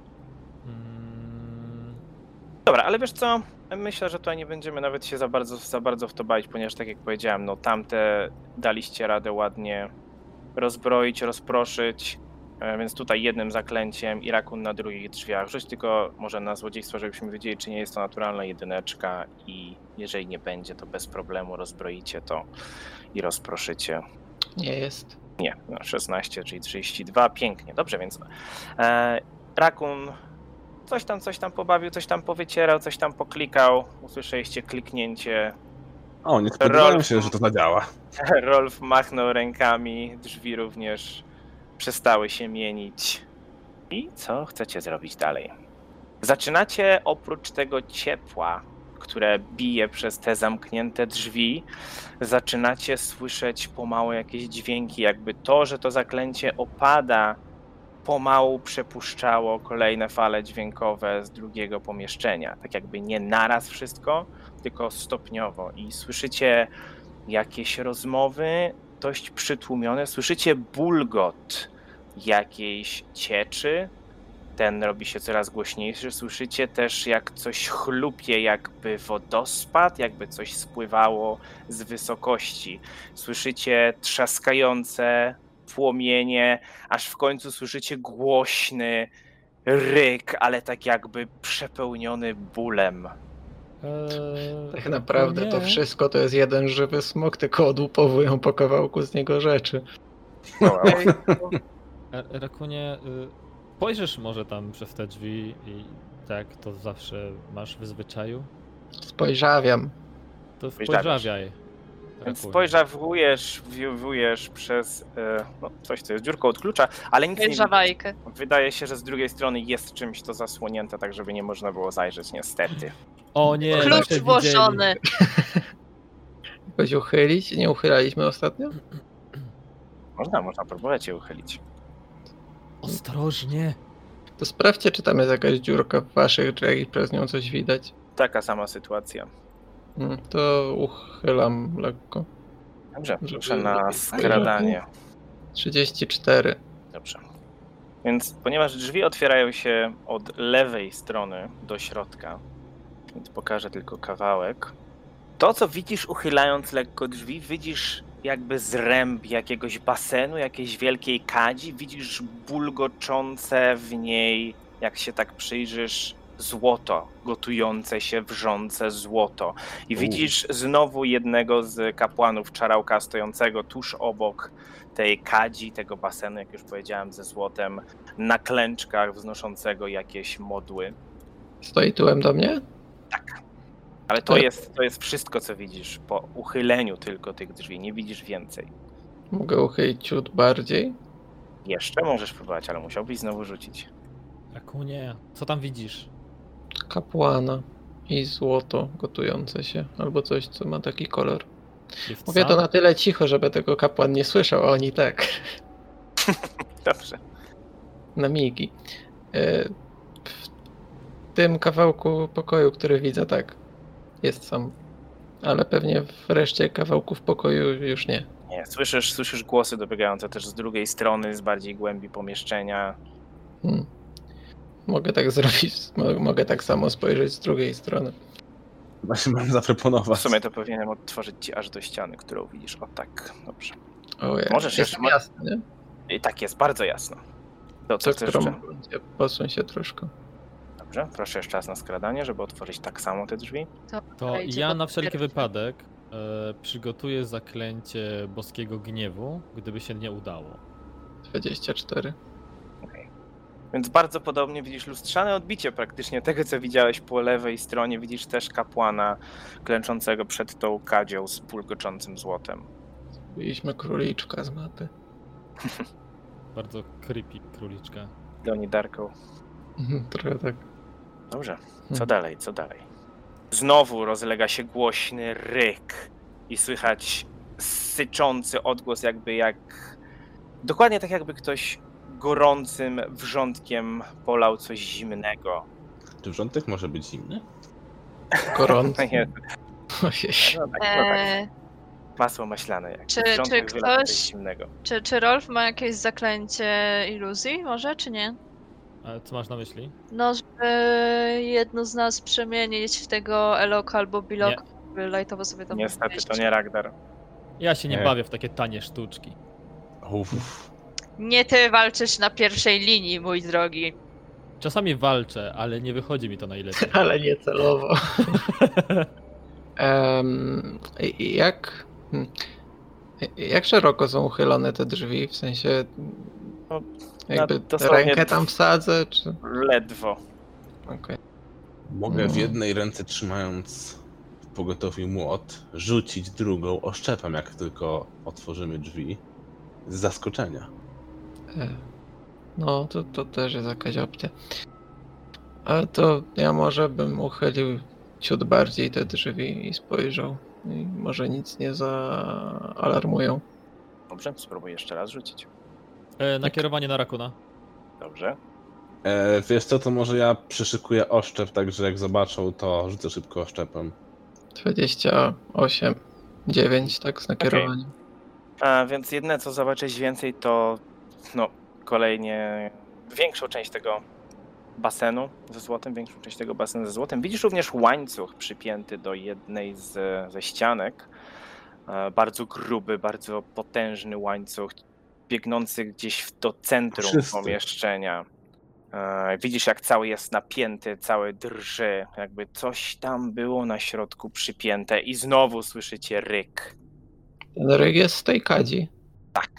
Dobra, ale wiesz co? Myślę, że tutaj nie będziemy nawet się za bardzo w to bawić, ponieważ tak jak powiedziałem, no tamte daliście radę ładnie rozbroić, rozproszyć, więc tutaj jednym zaklęciem i Rakun na drugich drzwiach. Rzuć tylko może na złodziejstwo, żebyśmy wiedzieli, czy nie jest to naturalna jedyneczka i jeżeli nie będzie, to bez problemu rozbroicie to i rozproszycie. Nie jest. Nie, no 16, czyli 32, pięknie, dobrze, więc Rakun coś tam pobawił, coś tam powycierał, coś tam poklikał, usłyszeliście kliknięcie. O, nie spodziewałem się, że to zadziała. Rolf machnął rękami, drzwi również przestały się mienić. I co chcecie zrobić dalej? Zaczynacie oprócz tego ciepła, które bije przez te zamknięte drzwi, zaczynacie słyszeć pomału jakieś dźwięki, jakby to, że to zaklęcie opada, pomału przepuszczało kolejne fale dźwiękowe z drugiego pomieszczenia. Tak jakby nie naraz wszystko, tylko stopniowo. I słyszycie jakieś rozmowy dość przytłumione. Słyszycie bulgot jakiejś cieczy. Ten robi się coraz głośniejszy. Słyszycie też, jak coś chlupie, jakby wodospad, jakby coś spływało z wysokości. Słyszycie trzaskające płomienie, aż w końcu słyszycie głośny ryk, ale tak jakby przepełniony bólem. Tak naprawdę to nie. wszystko to jest jeden żywy smok, tylko odłupowują po kawałku z niego rzeczy. Rakunie, spojrzysz może tam przez te drzwi i tak to zawsze masz w zwyczaju? Spojrzawiam. To Spojrzawiasz. spojrzawiaj. Więc Rakunie. spojrzawujesz przez coś, co jest dziurką od klucza, ale nic nie widzisz. Żawajkę. Wydaje się, że z drugiej strony jest czymś to zasłonięte, tak żeby nie można było zajrzeć, niestety. O nie, Klucz nasze włożony. Jakoś uchylić? Nie uchylaliśmy ostatnio? Można próbować je uchylić. Ostrożnie. To sprawdźcie, czy tam jest jakaś dziurka w waszych drzwiach i przez nią coś widać. Taka sama sytuacja. To uchylam lekko. Dobrze, Żeby proszę na lepiej skradanie. 34. Dobrze. Więc ponieważ drzwi otwierają się od lewej strony do środka, więc pokażę tylko kawałek. To, co widzisz uchylając lekko drzwi, widzisz jakby zręb jakiegoś basenu, jakiejś wielkiej kadzi. Widzisz bulgoczące w niej, jak się tak przyjrzysz, złoto, gotujące się, wrzące złoto. I widzisz znowu jednego z kapłanów czarałka stojącego tuż obok tej kadzi, tego basenu, jak już powiedziałem, ze złotem, na klęczkach wznoszącego jakieś modły. Stoi tyłem do mnie? Ale to jest wszystko, co widzisz po uchyleniu tylko tych drzwi. Nie widzisz więcej. Mogę uchylić ciut bardziej? Jeszcze możesz próbować, ale musiałbyś znowu rzucić. Rakunie, co tam widzisz? Kapłana i złoto gotujące się, albo coś, co ma taki kolor. Jest Mówię to sam? na tyle cicho, żeby tego kapłan nie słyszał, a oni tak. Dobrze. Na migi. W tym kawałku pokoju, który widzę, tak, jest sam. Ale pewnie w reszcie kawałków pokoju już nie. Nie, słyszysz głosy dobiegające też z drugiej strony, z bardziej głębi pomieszczenia. Mogę tak zrobić, mogę tak samo spojrzeć z drugiej strony. Właśnie mam W zaproponować. sumie to powinienem odtworzyć ci aż do ściany, którą widzisz. O tak, dobrze. Ojej, Możesz jest jeszcze- jasne, nie? I tak jest, bardzo jasno. To co Co, chcesz którą jeszcze? będzie? Posuń się troszkę. Dobrze, proszę jeszcze raz na skradanie, żeby otworzyć tak samo te drzwi. To idzie ja pod na wszelki pierwszy. wypadek przygotuję zaklęcie boskiego gniewu, gdyby się nie udało. 24. Więc bardzo podobnie widzisz lustrzane odbicie praktycznie tego, co widziałeś po lewej stronie. Widzisz też kapłana klęczącego przed tą kadzią z bulgoczącym złotem. Byliśmy króliczka z mapy. Bardzo creepy króliczka. Donidarką. Trochę tak. Dobrze, co Mhm. dalej, co dalej? Znowu rozlega się głośny ryk i słychać syczący odgłos, dokładnie tak jakby ktoś gorącym wrzątkiem polał coś zimnego. Czy wrzątek może być zimny? Gorąco. Nie, Ojej. no tak, Eee, masło maślane. Jak Czy wrzątek wylewa coś ktoś- zimnego. czy Rolf ma jakieś zaklęcie iluzji może, czy nie? Ale co masz na myśli? No, żeby jedno z nas przemienić w tego Eloka albo Biloka, żeby lajtowo sobie tam Niestety wejść. to nie Ragdar. Ja się nie Nie. bawię w takie tanie sztuczki. Uff. Nie ty walczysz na pierwszej linii, mój drogi. Czasami walczę, ale nie wychodzi mi to najlepiej. Ale nie celowo. Jak... Jak szeroko są uchylone te drzwi? W sensie... No, Jakby dosłownie rękę tam wsadzę, czy... Ledwo. Okej. Mogę w No. jednej ręce, trzymając w pogotowiu młot, rzucić drugą oszczepem, jak tylko otworzymy drzwi. Z zaskoczenia. No, to też jest jakaś opcja. Ale to ja może bym uchylił ciut bardziej te drzwi i spojrzał. I może nic nie zaalarmują. Dobrze, spróbuj jeszcze raz rzucić. Nakierowanie na Rakuna. Dobrze. Wiesz co, to może ja przyszykuję oszczep, tak że jak zobaczą, to rzucę szybko oszczepem. 28, 9, tak, z nakierowaniem. A więc jedyne, co zobaczysz więcej, to kolejnie większą część tego basenu ze złotem. Widzisz również łańcuch przypięty do jednej ze ścianek. Bardzo gruby, bardzo potężny łańcuch. biegnący gdzieś do centrum Wszyscy. pomieszczenia. Widzisz, jak cały jest napięty, cały drży, jakby coś tam było na środku przypięte i znowu słyszycie ryk. Ten ryk jest z tej kadzi. Tak.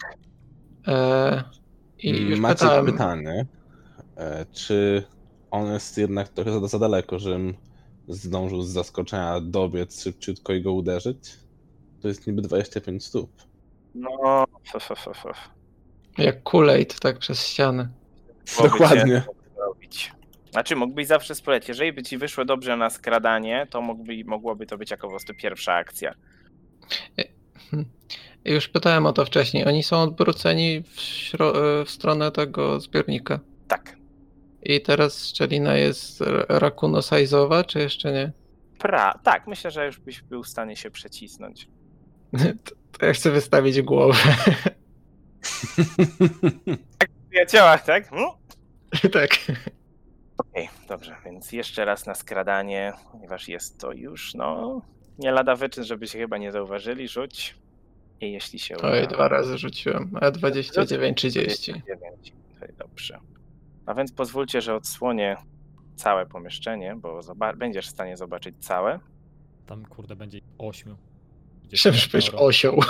I już Macie pytałem, pytanie, czy on jest jednak trochę za daleko, żebym zdążył z zaskoczenia dobiec szybciutko i go uderzyć? To jest niby 25 stóp. No, jak Kool-Aid, tak przez ścianę. Dokładnie. Robić. Znaczy, mógłbyś zawsze spróbować. Jeżeli by ci wyszło dobrze na skradanie, to mogłoby to być jako po prostu pierwsza akcja. Już pytałem o to wcześniej. Oni są odwróceni w stronę tego zbiornika. Tak. I teraz szczelina jest rakunosajzowa, czy jeszcze nie? Tak, myślę, że już byś był w stanie się przecisnąć. To ja chcę wystawić głowę. Przyjacioła, tak? Tak. Okej, dobrze, więc jeszcze raz na skradanie, ponieważ jest to już, nie lada wyczyn, żeby się chyba nie zauważyli, rzuć. I jeśli się uda... Oj, 2 razy rzuciłem. A 29, 30. 29. Dobrze. A więc pozwólcie, że odsłonię całe pomieszczenie, bo będziesz w stanie zobaczyć całe. Tam kurde będzie 8. Myślałem, że powiesz osioł.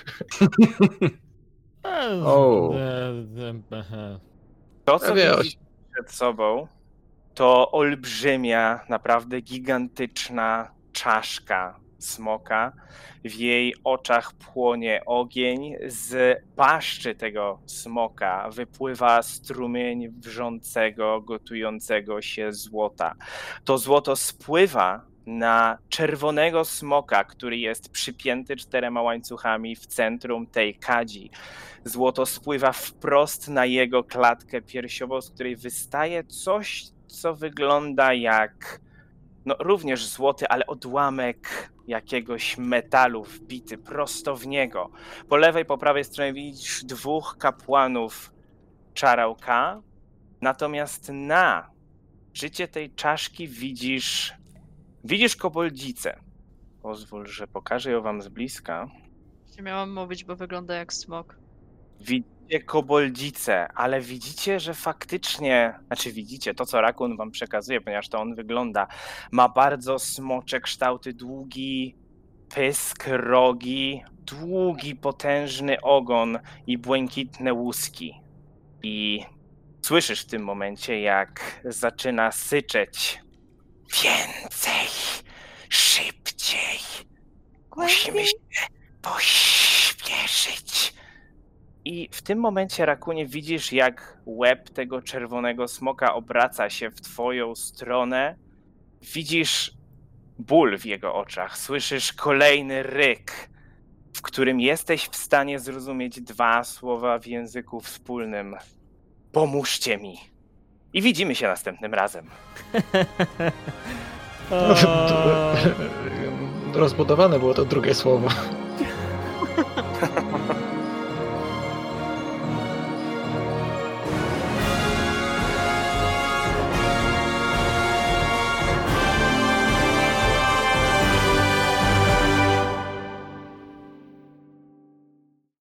To, co Prawie widzisz przed sobą, to olbrzymia, naprawdę gigantyczna czaszka smoka. W jej oczach płonie ogień. Z paszczy tego smoka wypływa strumień wrzącego, gotującego się złota. To złoto spływa na czerwonego smoka, który jest przypięty 4 łańcuchami w centrum tej kadzi. Złoto spływa wprost na jego klatkę piersiową, z której wystaje coś, co wygląda jak również złoty, ale odłamek jakiegoś metalu wbity prosto w niego. Po lewej, po prawej stronie widzisz 2 kapłanów Czarałka, natomiast na szczycie tej czaszki widzisz koboldicę. Pozwól, że pokażę ją wam z bliska. Nie miałam mówić, bo wygląda jak smok. Widzicie koboldicę, ale widzicie, że faktycznie, widzicie to, co Rakun wam przekazuje, ponieważ to on wygląda, ma bardzo smocze kształty, długi pysk, rogi, długi, potężny ogon i błękitne łuski. I słyszysz w tym momencie, jak zaczyna syczeć. Więcej, szybciej, musimy się pośpieszyć. I w tym momencie, Rakunie, widzisz, jak łeb tego czerwonego smoka obraca się w twoją stronę. Widzisz ból w jego oczach. Słyszysz kolejny ryk, w którym jesteś w stanie zrozumieć 2 słowa w języku wspólnym. Pomóżcie mi. I widzimy się następnym razem. Rozbudowane było to drugie słowo.